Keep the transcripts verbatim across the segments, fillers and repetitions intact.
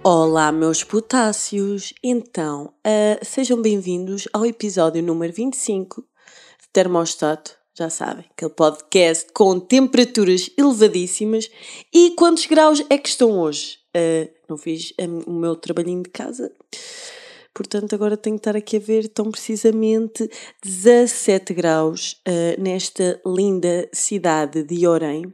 Olá, meus potássios! Então, uh, sejam bem-vindos ao episódio número vinte e cinco de Termostato. Já sabem, aquele podcast com temperaturas elevadíssimas. E quantos graus é que estão hoje? Uh, não fiz um, o meu trabalhinho de casa, portanto agora tenho que estar aqui a ver tão precisamente dezassete graus uh, nesta linda cidade de Orem.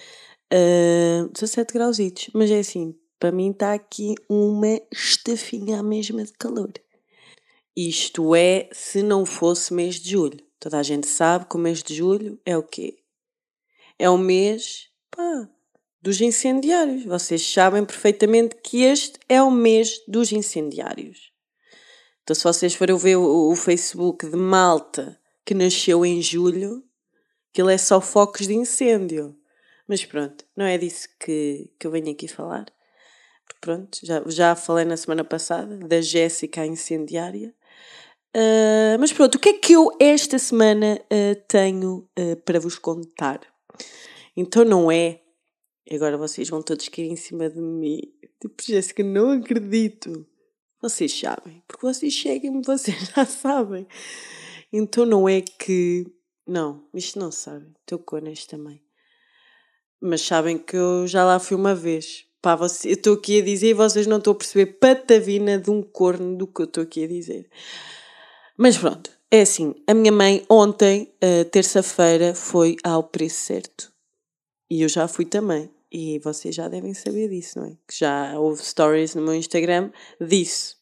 Uh, dezassete grauzitos, mas é assim, para mim está aqui uma estafinha à mesma de calor. Isto é, se não fosse mês de julho. Toda a gente sabe que o mês de julho é o quê? É o mês, pá, dos incendiários. Vocês sabem perfeitamente que este é o mês dos incendiários. Então se vocês forem ver o, o Facebook de malta que nasceu em julho, aquilo é só focos de incêndio. Mas pronto, não é disso que, que eu venho aqui falar. Pronto, já, já falei na semana passada da Jéssica a incendiária. Uh, mas pronto, o que é que eu esta semana uh, tenho uh, para vos contar? Então não é... Agora vocês vão todos cair em cima de mim. Tipo, Jéssica, não acredito. Vocês sabem, porque vocês seguem-me, vocês já sabem. Então não é que... Não, isto não sabem. Estou com honesto também. Mas sabem que eu já lá fui uma vez. Pá, você, eu estou aqui a dizer e vocês não estão a perceber patavina de um corno do que eu estou aqui a dizer. Mas pronto, é assim. A minha mãe ontem, uh, terça-feira, foi ao preço certo. E eu já fui também. E vocês já devem saber disso, não é? Que já houve stories no meu Instagram disso.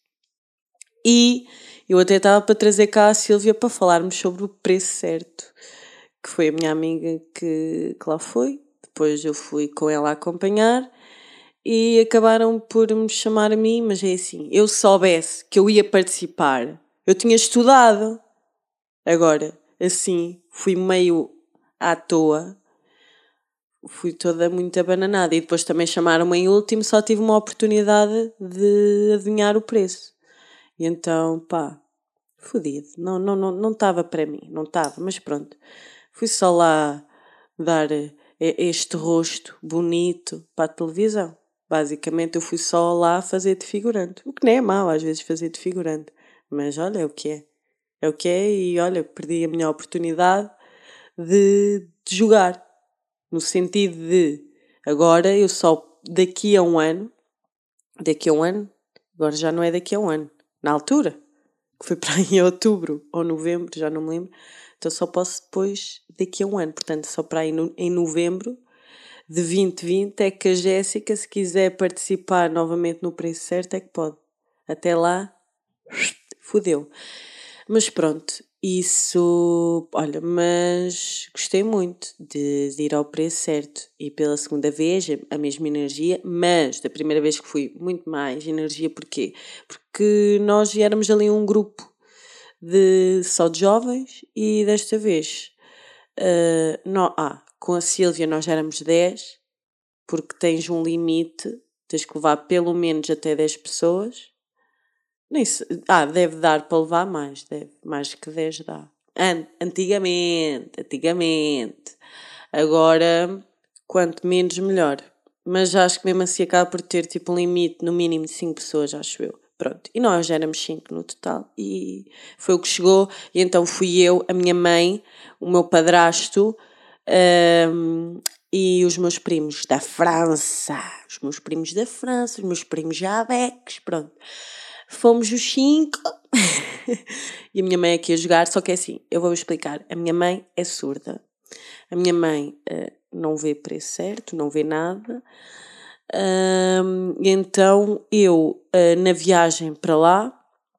E eu até estava para trazer cá a Sílvia para falarmos sobre o preço certo. Que foi a minha amiga que, que lá foi. Depois eu fui com ela a acompanhar e acabaram por me chamar a mim, mas é assim, eu soubesse que eu ia participar, eu tinha estudado. Agora, assim, fui meio à toa, fui toda muito abananada e depois também chamaram-me em último, só tive uma oportunidade de adivinhar o preço. E então, pá, fodido, não não não não estava para mim, não estava, mas pronto. Fui só lá dar este rosto bonito para a televisão. Basicamente eu fui só lá fazer de figurante. O que não é mau às vezes fazer de figurante. Mas olha, é o que é. É o que é e olha, perdi a minha oportunidade de, de jogar. No sentido de, agora eu só daqui a um ano, daqui a um ano, agora já não é daqui a um ano, na altura, que foi para aí em outubro ou novembro, já não me lembro, então só posso depois daqui a um ano, portanto só para aí no, em novembro de vinte vinte é que a Jéssica, se quiser participar novamente no preço certo, é que pode. Até lá, fodeu. Mas pronto, isso, olha, mas gostei muito de, de ir ao preço certo e pela segunda vez a mesma energia, mas da primeira vez que fui muito mais energia, porquê? Porque nós éramos ali um grupo de, só de jovens e desta vez, uh, não, ah, com a Sílvia nós éramos dez, porque tens um limite, tens que levar pelo menos até dez pessoas. Nem se, ah, deve dar para levar mais, deve, mais que dez dá. An- antigamente, antigamente. Agora, quanto menos, melhor. Mas acho que mesmo assim acaba por ter tipo um limite no mínimo de cinco pessoas, acho eu. Pronto, e nós já éramos cinco no total e foi o que chegou. E então fui eu, a minha mãe, o meu padrasto um, e os meus primos da França. Os meus primos da França, os meus primos javeques, pronto. Fomos os cinco e a minha mãe aqui a jogar, só que é assim, eu vou explicar. A minha mãe é surda. A minha mãe uh, não vê preço certo, não vê nada. Um, então eu, uh, na viagem para lá,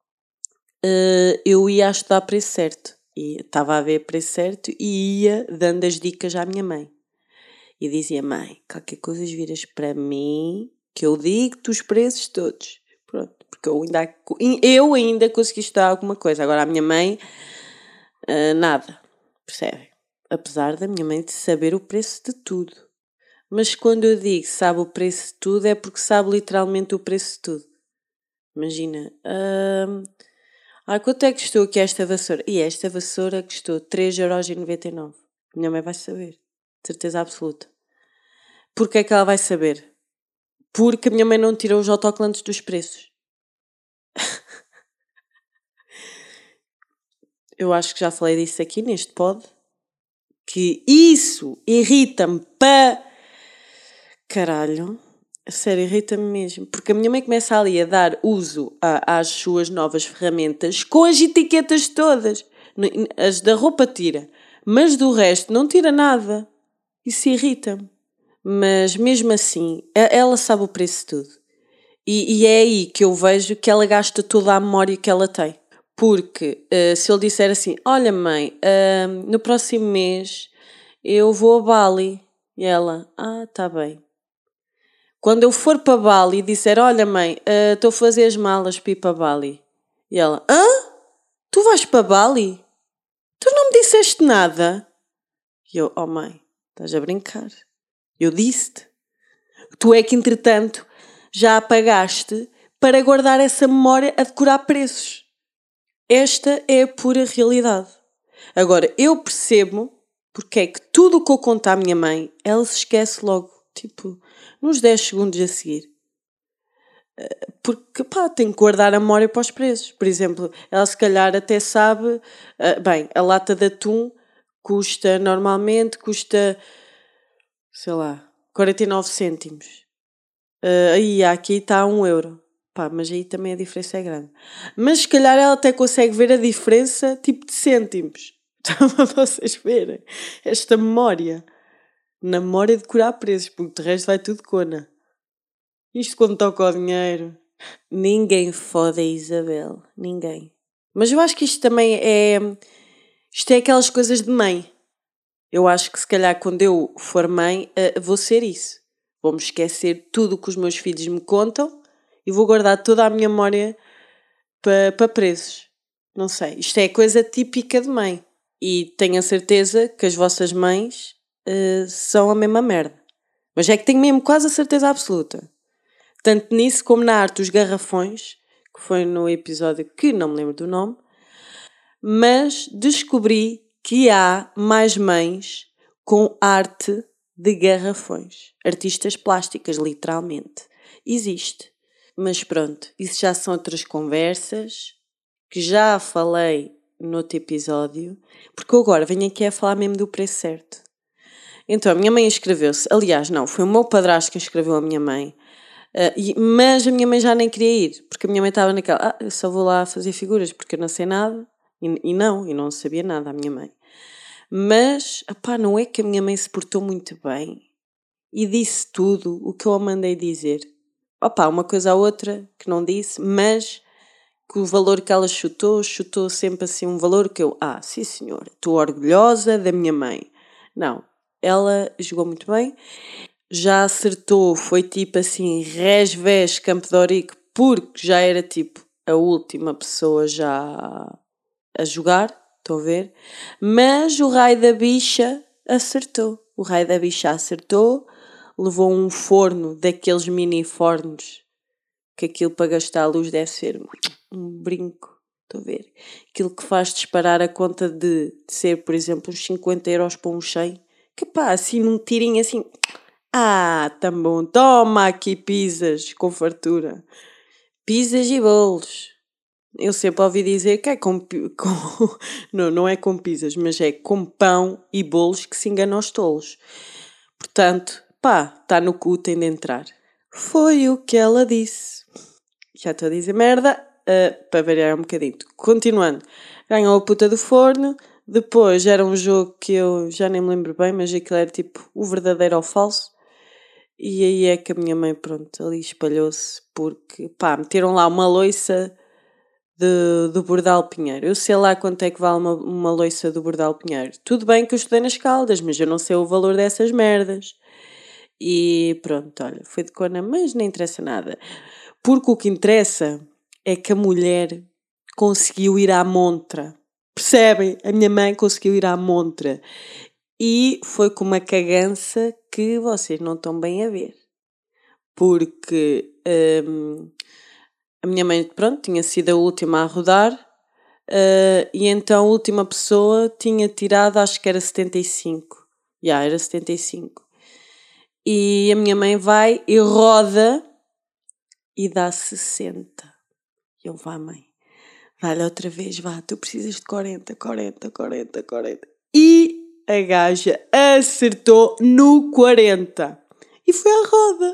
uh, eu ia a estudar preço certo. E estava a ver preço certo e ia dando as dicas à minha mãe. E dizia, mãe, qualquer coisa viras para mim, que eu digo-te os preços todos. Pronto, porque eu ainda, eu ainda consegui estudar alguma coisa. Agora a minha mãe, uh, nada, percebem? Apesar da minha mãe de saber o preço de tudo. Mas quando eu digo sabe o preço de tudo, é porque sabe literalmente o preço de tudo. Imagina, uh, ah, quanto é que custou aqui esta vassoura? E esta vassoura custou três euros e noventa e nove. Minha mãe vai saber, de certeza absoluta. Porque é que ela vai saber? porque a minha mãe não tira os autocolantes dos preços. Eu acho que já falei disso aqui neste pod, que isso irrita-me para caralho. A sério, irrita-me mesmo. Porque a minha mãe começa ali a dar uso a, às suas novas ferramentas com as etiquetas todas. As da roupa tira, mas do resto não tira nada. Isso irrita-me. Mas mesmo assim, ela sabe o preço de tudo. E, e é aí que eu vejo que ela gasta toda a memória que ela tem. Porque uh, se ele disser assim, olha mãe, uh, no próximo mês eu vou a Bali. E ela, ah, tá bem. Quando eu for para Bali e disser, olha mãe, estou uh, a fazer as malas para ir para Bali. E ela, hã? Tu vais para Bali? Tu não me disseste nada? E eu, oh mãe, estás a brincar. Eu disse-te. Tu é que, entretanto, já apagaste para guardar essa memória a decorar preços. Esta é a pura realidade. Agora, eu percebo porque é que tudo o que eu conto à minha mãe, ela se esquece logo, tipo, nos dez segundos a seguir. Porque, pá, tem que guardar a memória para os preços. Por exemplo, ela se calhar até sabe, uh, bem, a lata de atum custa, normalmente, custa, sei lá, quarenta e nove cêntimos. Uh, aí, aqui está um euro. Pá, mas aí também a diferença é grande. Mas se calhar ela até consegue ver a diferença, tipo de cêntimos. Para vocês verem esta memória. Na memória de curar preços, porque de resto vai tudo cona. Isto quando toca ao dinheiro. Ninguém fode a Isabel. Ninguém. Mas eu acho que isto também é... Isto é aquelas coisas de mãe. Eu acho que se calhar quando eu for mãe, vou ser isso. Vou-me esquecer tudo o que os meus filhos me contam e vou guardar toda a minha memória para pa preços. Não sei. Isto é coisa típica de mãe. E tenho a certeza que as vossas mães uh, são a mesma merda. Mas é que tenho mesmo quase a certeza absoluta. Tanto nisso como na arte dos garrafões, que foi no episódio que não me lembro do nome, mas descobri que há mais mães com arte de garrafões. Artistas plásticas, literalmente. Existe. Mas pronto, isso já são outras conversas que já falei no outro episódio, porque eu agora venho aqui a falar mesmo do preço certo. Então, a minha mãe inscreveu-se. Aliás, não, foi o meu padrasto que inscreveu a minha mãe. Uh, e, mas a minha mãe já nem queria ir, porque a minha mãe estava naquela, ah, eu só vou lá fazer figuras porque eu não sei nada. E, e não, e não sabia nada a minha mãe. Mas, apá, não é que a minha mãe se portou muito bem e disse tudo o que eu a mandei dizer. Opá, uma coisa ou outra que não disse, mas que o valor que ela chutou, chutou sempre assim um valor que eu, ah, sim senhor, estou orgulhosa da minha mãe. Não, ela jogou muito bem, já acertou, foi tipo assim, resvés Campo de Ourique, porque já era tipo a última pessoa já a jogar, estão a ver? Mas o raio da bicha acertou, o raio da bicha acertou, levou um forno daqueles mini fornos, que aquilo para gastar a luz deve ser um brinco, estou a ver? Aquilo que faz disparar a conta de, de ser, por exemplo, uns cinquenta euros para um cem, que pá, assim num tirinho assim, ah, tão bom, toma aqui pizzas com fartura, pizzas e bolos. Eu sempre ouvi dizer que é com, com não, não é com pizzas, mas é com pão e bolos que se enganam aos tolos. Portanto, pá, está no cu, tem de entrar. Foi o que ela disse. Já estou a dizer merda, uh, para variar um bocadinho. Continuando, ganhou a puta do forno. Depois era um jogo que eu já nem me lembro bem, mas aquilo era tipo o verdadeiro ou falso. E aí é que a minha mãe, pronto, ali espalhou-se, porque, pá, meteram lá uma loiça de, do Bordal Pinheiro. Eu sei lá quanto é que vale uma, uma loiça do Bordal Pinheiro. Tudo bem que eu estudei nas Caldas, mas eu não sei o valor dessas merdas. E pronto, olha, foi de cona, mas não interessa nada. Porque o que interessa é que a mulher conseguiu ir à montra. Percebem? A minha mãe conseguiu ir à montra. E foi com uma cagança que vocês não estão bem a ver. Porque hum, a minha mãe, pronto, tinha sido a última a rodar. Uh, e então a última pessoa tinha tirado, acho que era setenta e cinco. Já, yeah, era setenta e cinco. E a minha mãe vai e roda e dá sessenta. Eu, vá mãe, vai-lhe outra vez, vá, tu precisas de quarenta, quarenta, quarenta, quarenta. E a gaja acertou no quarenta. E foi à roda.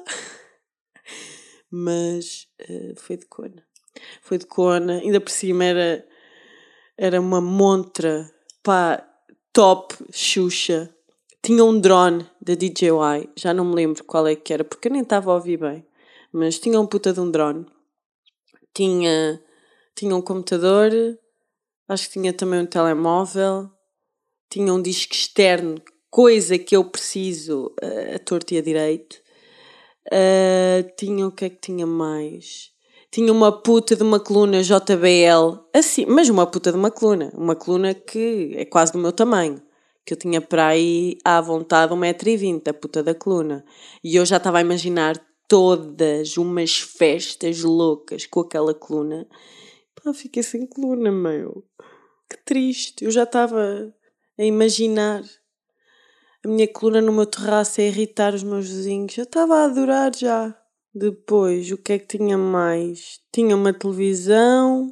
Mas uh, foi de cona. Foi de cona, ainda por cima era, era uma montra, pá, top, Xuxa. Tinha um drone da D J Y, já não me lembro qual é que era, porque eu nem estava a ouvir bem. Mas tinha um puta de um drone. Tinha, tinha um computador, acho que tinha também um telemóvel. Tinha um disco externo, coisa que eu preciso uh, a torto e a direito. Uh, tinha o que é que tinha mais? Tinha uma puta de uma coluna J B L, assim, mas uma puta de uma coluna, uma coluna que é quase do meu tamanho, que eu tinha para aí à vontade um metro e vinte, a puta da coluna. E eu já estava a imaginar todas umas festas loucas com aquela coluna. Pá, fiquei sem coluna, meu. Que triste. Eu já estava a imaginar a minha coluna no meu terraço a irritar os meus vizinhos. Eu estava a adorar já. Depois, o que é que tinha mais? Tinha uma televisão.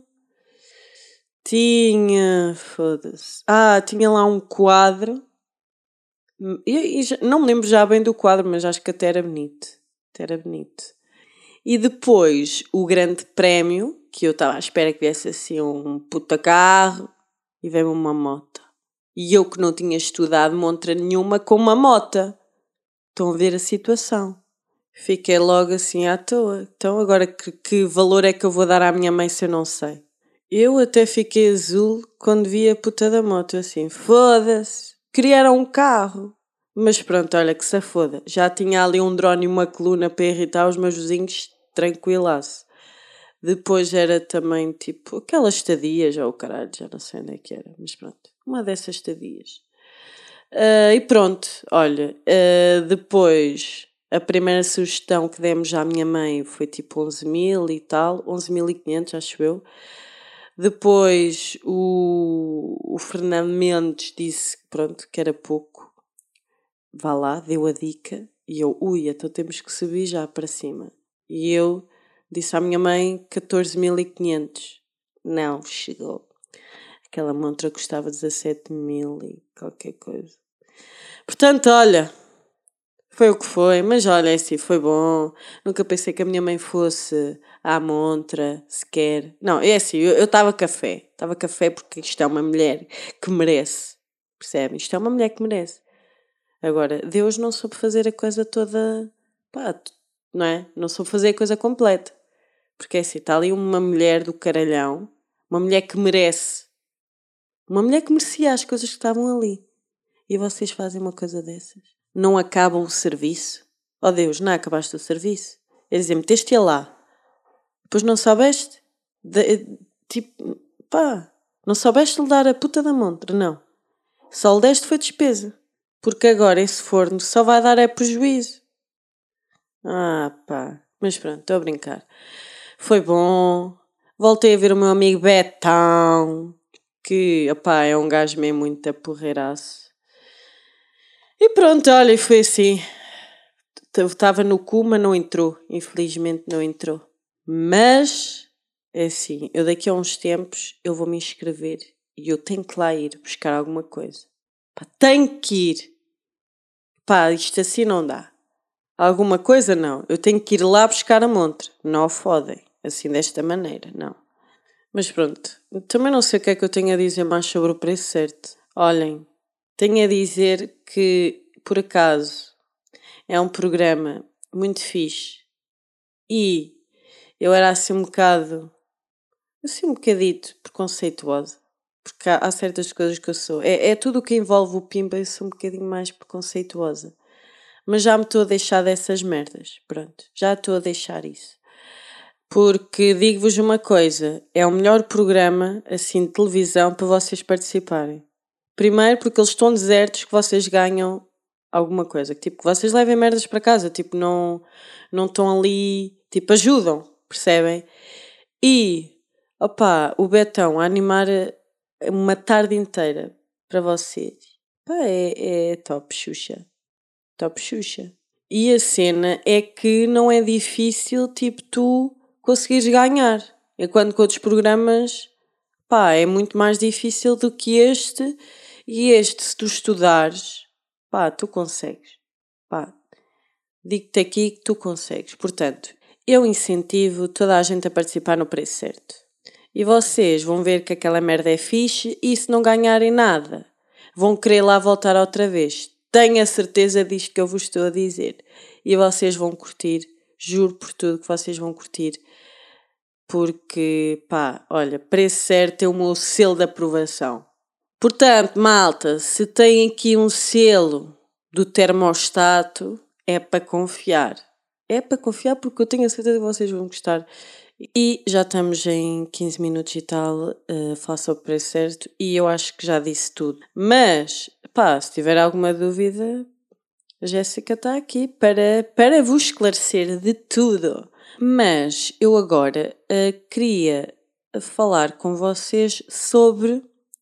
Tinha... Foda-se. Ah, tinha lá um quadro. E, e já, não me lembro já bem do quadro, mas acho que até era bonito. Até era bonito. E depois, o grande prémio, que eu estava à espera que viesse assim um puta carro, e veio uma moto. E eu que não tinha estudado montra nenhuma com uma mota. Estão a ver a situação. Fiquei logo assim à toa. Então agora que, que valor é que eu vou dar à minha mãe se eu não sei? Eu até fiquei azul quando vi a puta da moto assim. Foda-se. Queria um carro. Mas pronto, olha que se foda. Já tinha ali um drone e uma coluna para irritar os meus vizinhos. Tranquilaço. Depois era também tipo aquelas estadias, ou oh, caralho, já não sei onde é que era, mas pronto, uma dessas estadias. Uh, e pronto, olha, uh, depois a primeira sugestão que demos à minha mãe foi tipo onze mil e tal, onze mil e quinhentos, acho eu. Depois o, o Fernando Mendes disse pronto, que era pouco, vá lá, deu a dica, e eu, ui, então temos que subir já para cima. E eu disse à minha mãe catorze mil e quinhentos. Não, chegou. Aquela montra custava dezassete mil e qualquer coisa. Portanto, olha, foi o que foi. Mas olha, é assim, foi bom. Nunca pensei que a minha mãe fosse à montra, sequer. Não, é assim, eu estava café. Estava café porque isto é uma mulher que merece. Percebem? Isto é uma mulher que merece. Agora, Deus não soube fazer a coisa toda... Pá, não é? Não soube fazer a coisa completa. Porque é assim, está ali uma mulher do caralhão, uma mulher que merece, uma mulher que merecia as coisas que estavam ali. E vocês fazem uma coisa dessas? Não acabam o serviço? Oh Deus, não acabaste o serviço? Eles dizem, meteste-a lá. Depois não soubeste? De, tipo, pá, não soubeste lhe dar a puta da montra, não. Só lhe deste foi despesa. Porque agora esse forno só vai dar é prejuízo. Ah pá, mas pronto, estou a brincar. Foi bom. Voltei a ver o meu amigo Betão, que, opá, é um gajo mesmo muito aporreiraço. E pronto, olha, foi assim. Estava no cu, mas não entrou. Infelizmente não entrou. Mas, é assim, eu daqui a uns tempos eu vou me inscrever e eu tenho que lá ir buscar alguma coisa. Pá, tenho que ir. Pá, isto assim não dá. Alguma coisa não. Eu tenho que ir lá buscar a montra. Não a fodem. Assim desta maneira, não. Mas pronto. Também não sei o que é que eu tenho a dizer mais sobre o preço certo. Olhem, tenho a dizer que, por acaso, é um programa muito fixe. E eu era assim um bocado... Assim um bocadito preconceituosa. Porque há, há certas coisas que eu sou. É, é tudo o que envolve o pimba, eu sou um bocadinho mais preconceituosa. Mas já me estou a deixar dessas merdas. Pronto, já estou a deixar isso. Porque digo-vos uma coisa, é o melhor programa assim de televisão para vocês participarem. Primeiro porque eles estão desertos que vocês ganham alguma coisa. Tipo, que vocês levem merdas para casa. Tipo, não, não estão ali... Tipo, ajudam, percebem? E, opá, o Betão a animar uma tarde inteira para vocês. Pá, é, é top Xuxa. Top Xuxa. E a cena é que não é difícil, tipo, tu conseguires ganhar. Enquanto que outros programas, pá, é muito mais difícil do que este. E este, se tu estudares, pá, tu consegues. Pá, digo-te aqui que tu consegues. Portanto, eu incentivo toda a gente a participar no Preço Certo. E vocês vão ver que aquela merda é fixe e se não ganharem nada, vão querer lá voltar outra vez. Tenho a certeza disto que eu vos estou a dizer. E vocês vão curtir. Juro por tudo que vocês vão curtir. Porque, pá, olha, Preço Certo é o meu selo de aprovação. Portanto, malta, se tem aqui um selo do termostato, é para confiar. É para confiar porque eu tenho a certeza que vocês vão gostar. E já estamos em quinze minutos e tal a uh, falar sobre o Preço Certo e eu acho que já disse tudo. Mas, pá, se tiver alguma dúvida, a Jéssica está aqui para, para vos esclarecer de tudo. Mas eu agora uh, queria falar com vocês sobre,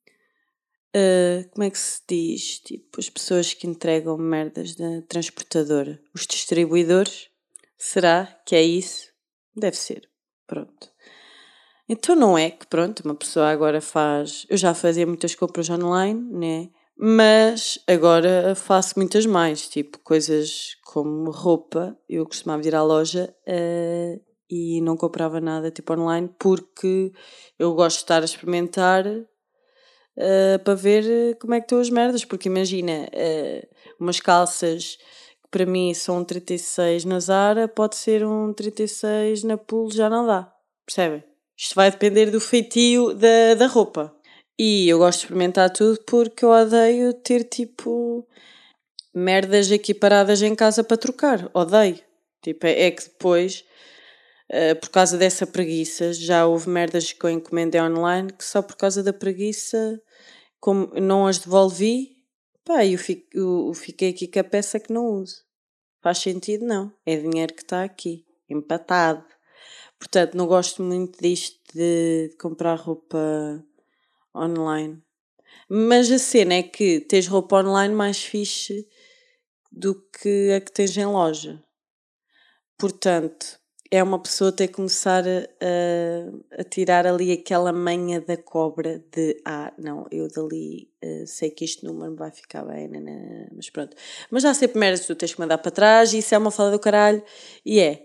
uh, como é que se diz, tipo, as pessoas que entregam merdas da transportadora. Os distribuidores? Será que é isso? Deve ser. Pronto. Então não é que, pronto, uma pessoa agora faz... Eu já fazia muitas compras online, né? Mas agora faço muitas mais, tipo coisas como roupa. Eu costumava ir à loja uh, e não comprava nada tipo online porque eu gosto de estar a experimentar uh, para ver como é que estão as merdas. Porque imagina, uh, umas calças que para mim são um trinta e seis na Zara, pode ser um trinta e seis na Pool, já não dá, percebem? Isto vai depender do feitio da, da roupa. E eu gosto de experimentar tudo porque eu odeio ter tipo merdas aqui paradas em casa para trocar. Odeio. Tipo, é, é que depois, uh, por causa dessa preguiça, já houve merdas que eu encomendei online que só por causa da preguiça, como não as devolvi, pá, eu, fico, eu fiquei aqui com a peça que não uso. Faz sentido? Não. É dinheiro que está aqui, empatado. Portanto, não gosto muito disto de comprar roupa online. Mas a cena é que tens roupa online mais fixe do que a que tens em loja. Portanto, é uma pessoa ter que começar a, a tirar ali aquela manha da cobra de ah, não, eu dali uh, sei que este número vai ficar bem, nanana, mas pronto. Mas há sempre merdas que tu tens que mandar para trás e isso é uma fala do caralho e é.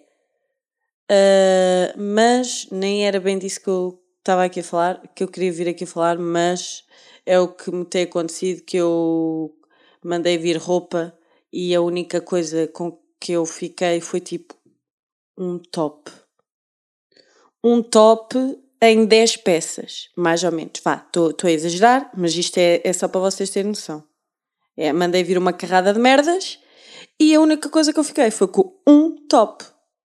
Uh, mas nem era bem disso que eu estava aqui a falar, que eu queria vir aqui a falar, mas é o que me tem acontecido, que eu mandei vir roupa e a única coisa com que eu fiquei foi tipo um top. Um top em dez peças, mais ou menos. Vá, estou a exagerar, mas isto é, é só para vocês terem noção. É, mandei vir uma carrada de merdas e a única coisa que eu fiquei foi com um top.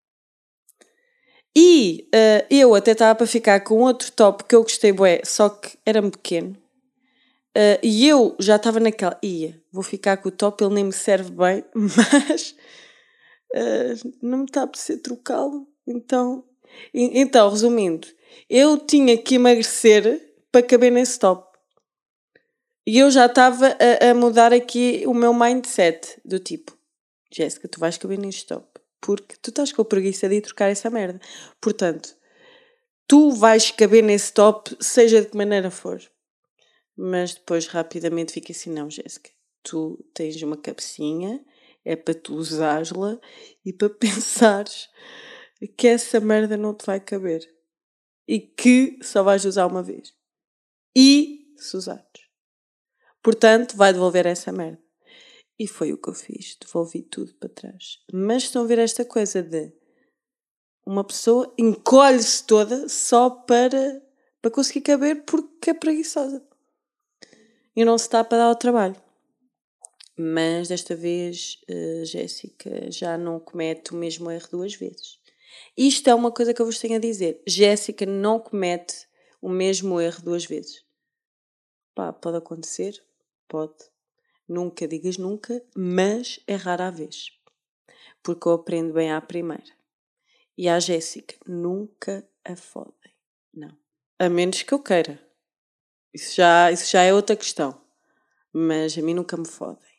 E uh, eu até estava para ficar com outro top que eu gostei bué, só que era pequeno. Uh, e eu já estava naquela, ia, vou ficar com o top, ele nem me serve bem, mas uh, não me está a apetecer trocá-lo. Então, e, então, resumindo, eu tinha que emagrecer para caber nesse top. E eu já estava a, a mudar aqui o meu mindset, do tipo, Jéssica, tu vais caber neste top. Porque tu estás com a preguiça de ir trocar essa merda. Portanto, tu vais caber nesse top, seja de que maneira for. Mas depois rapidamente fica assim, não, Jéssica, tu tens uma cabecinha, é para tu usares-la e para pensares que essa merda não te vai caber. E que só vais usar uma vez. E se usares. Portanto, vai devolver essa merda. E foi o que eu fiz, devolvi tudo para trás. Mas estão a ver esta coisa de uma pessoa encolhe-se toda só para, para conseguir caber porque é preguiçosa. E não se está para dar ao trabalho. Mas desta vez a Jéssica já não comete o mesmo erro duas vezes. Isto é uma coisa que eu vos tenho a dizer. Jéssica não comete o mesmo erro duas vezes. Pá, pode acontecer, pode. Nunca digas nunca, mas é rara a vez. Porque eu aprendo bem à primeira. E à Jéssica, nunca a fodem. Não. A menos que eu queira. Isso já, isso já é outra questão. Mas a mim nunca me fodem.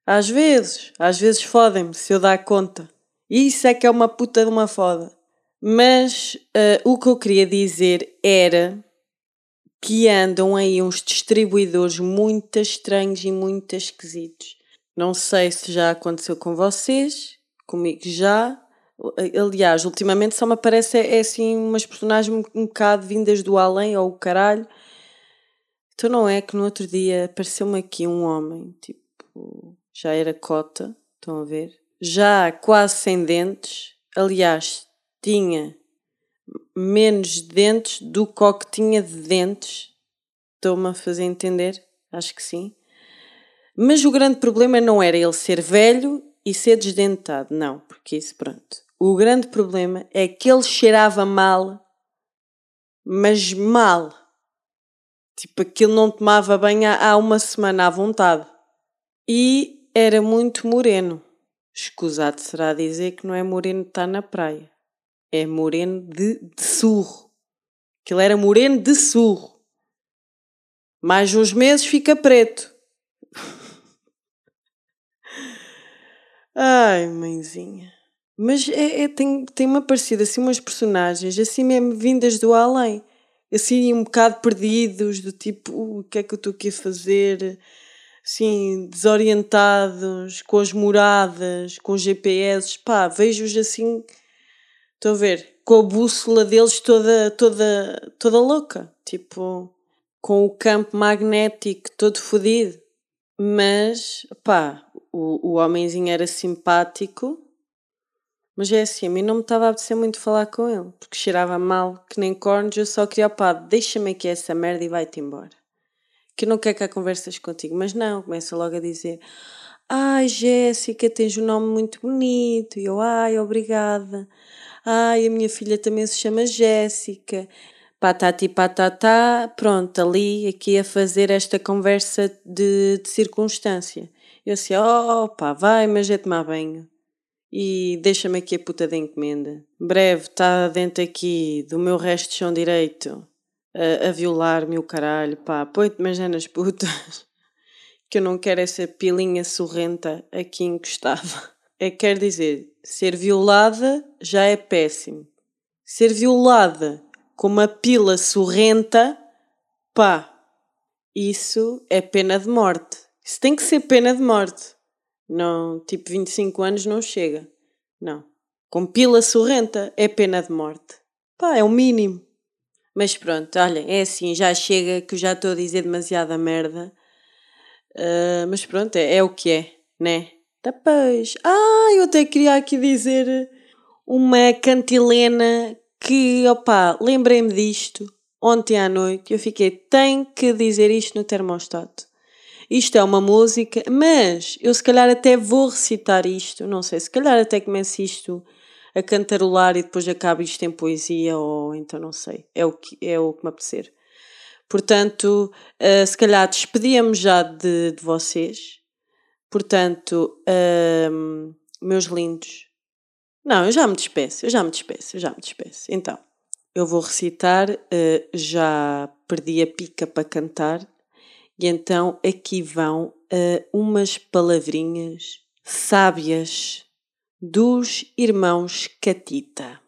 Às vezes, às vezes fodem-me se eu dar conta. Isso é que é uma puta de uma foda. Mas uh, o que eu queria dizer era que andam aí uns distribuidores muito estranhos e muito esquisitos. Não sei se já aconteceu com vocês, comigo já. Aliás, ultimamente só me aparece é, é assim umas personagens um, um bocado vindas do além ou o caralho. Então não é que no outro dia apareceu-me aqui um homem, tipo, já era cota, estão a ver? Já quase sem dentes, aliás, tinha menos dentes do que o que tinha de dentes. Estou-me a fazer entender? Acho que sim. Mas o grande problema não era ele ser velho e ser desdentado, não, porque isso, pronto. O grande problema é que ele cheirava mal, mas mal. Tipo, aquilo não tomava banho há uma semana à vontade. E era muito moreno. Escusado será dizer que não é moreno de estar na praia. É moreno de, de surro. Aquilo era moreno de surro. Mais uns meses fica preto. Ai, mãezinha. Mas é, é, tem, tem-me aparecido assim umas personagens assim mesmo vindas do além. Assim um bocado perdidos, do tipo, uh, o que é que eu estou aqui a fazer? Assim, desorientados, com as moradas, com os G P S. Pá, vejo-os assim, estou a ver, com a bússola deles toda, toda, toda louca. Tipo, com o campo magnético todo fodido. Mas, pá, o, o homenzinho era simpático, mas é assim, a mim não me estava a apetecer muito falar com ele, porque cheirava mal, que nem cornos, eu só queria, pá, deixa-me aqui essa merda e vai-te embora. Que eu não quero que há conversas contigo, mas não, começa logo a dizer, ai Jéssica, tens um nome muito bonito, e eu, ai, obrigada, ai, a minha filha também se chama Jéssica, patati patatá, pronto, ali, aqui a fazer esta conversa de, de circunstância. Eu assim, oh pá, vai, mas é tomar banho. E deixa-me aqui a puta da encomenda. Breve está dentro aqui do meu resto de chão direito a, a violar-me o caralho, pá, põe-te mas é nas putas. Que eu não quero essa pilinha sorrenta aqui encostada. É que quer dizer, ser violada já é péssimo. Ser violada com uma pila sorrenta, pá, isso é pena de morte. Isso tem que ser pena de morte. Não, tipo vinte e cinco anos não chega. Não. Com pila sorrenta é pena de morte. Pá, é o mínimo. Mas pronto, olhem, é assim, já chega que eu já estou a dizer demasiada merda. Uh, mas pronto, é, é o que é, né? Tá pois. Ah, eu até queria aqui dizer uma cantilena que, opá, lembrei-me disto ontem à noite. Eu fiquei, tenho que dizer isto no termostato. Isto é uma música, mas eu se calhar até vou recitar isto, não sei, se calhar até começo isto a cantarolar e depois acabo isto em poesia ou então não sei, é o que, é o que me apetecer. Portanto, uh, se calhar despedíamos já de, de vocês. Portanto, uh, meus lindos, não, eu já me despeço, eu já me despeço, eu já me despeço. Então, eu vou recitar, uh, já perdi a pica para cantar. E então aqui vão uh, umas palavrinhas sábias dos irmãos Catita.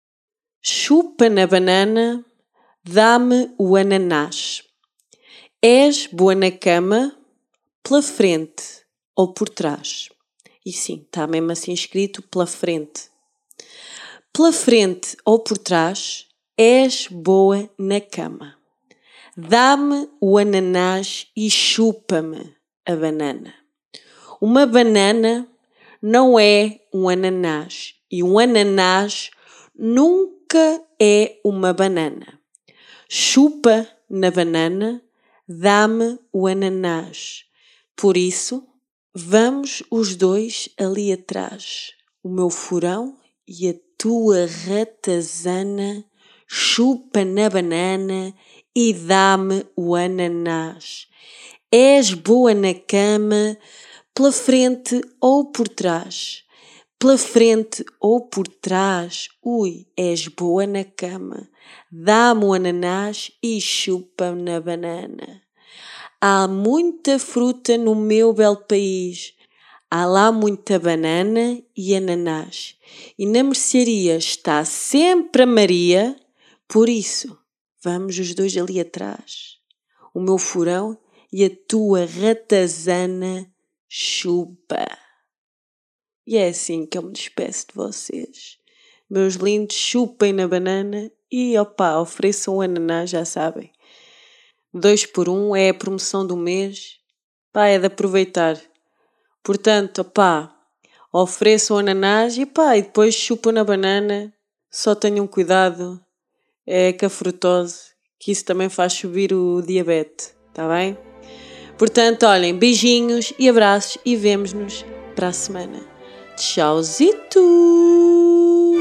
Chupa na banana, dá-me o ananás. És boa na cama, pela frente ou por trás. E sim, está mesmo assim escrito pela frente. Pela frente ou por trás, és boa na cama. Dá-me o ananás e chupa-me a banana. Uma banana não é um ananás e um ananás nunca é uma banana. Chupa na banana, dá-me o ananás. Por isso, vamos os dois ali atrás. O meu furão e a tua ratazana, chupa na banana e dá-me o ananás. És boa na cama, pela frente ou por trás. Pela frente ou por trás, ui, és boa na cama. Dá-me o ananás e chupa na banana. Há muita fruta no meu belo país. Há lá muita banana e ananás. E na mercearia está sempre a Maria. Por isso, vamos os dois ali atrás. O meu furão e a tua ratazana chupa. E é assim que eu me despeço de vocês. Meus lindos, chupem na banana e, opá, ofereçam um ananás, já sabem. Dois por um é a promoção do mês. Pá, é de aproveitar. Portanto, opá, ofereçam ananás e pá, e depois chupam na banana. Só tenham cuidado, é com a frutose, que isso também faz subir o diabetes, tá bem? Portanto, olhem, beijinhos e abraços e vemo-nos para a semana. Tchauzito!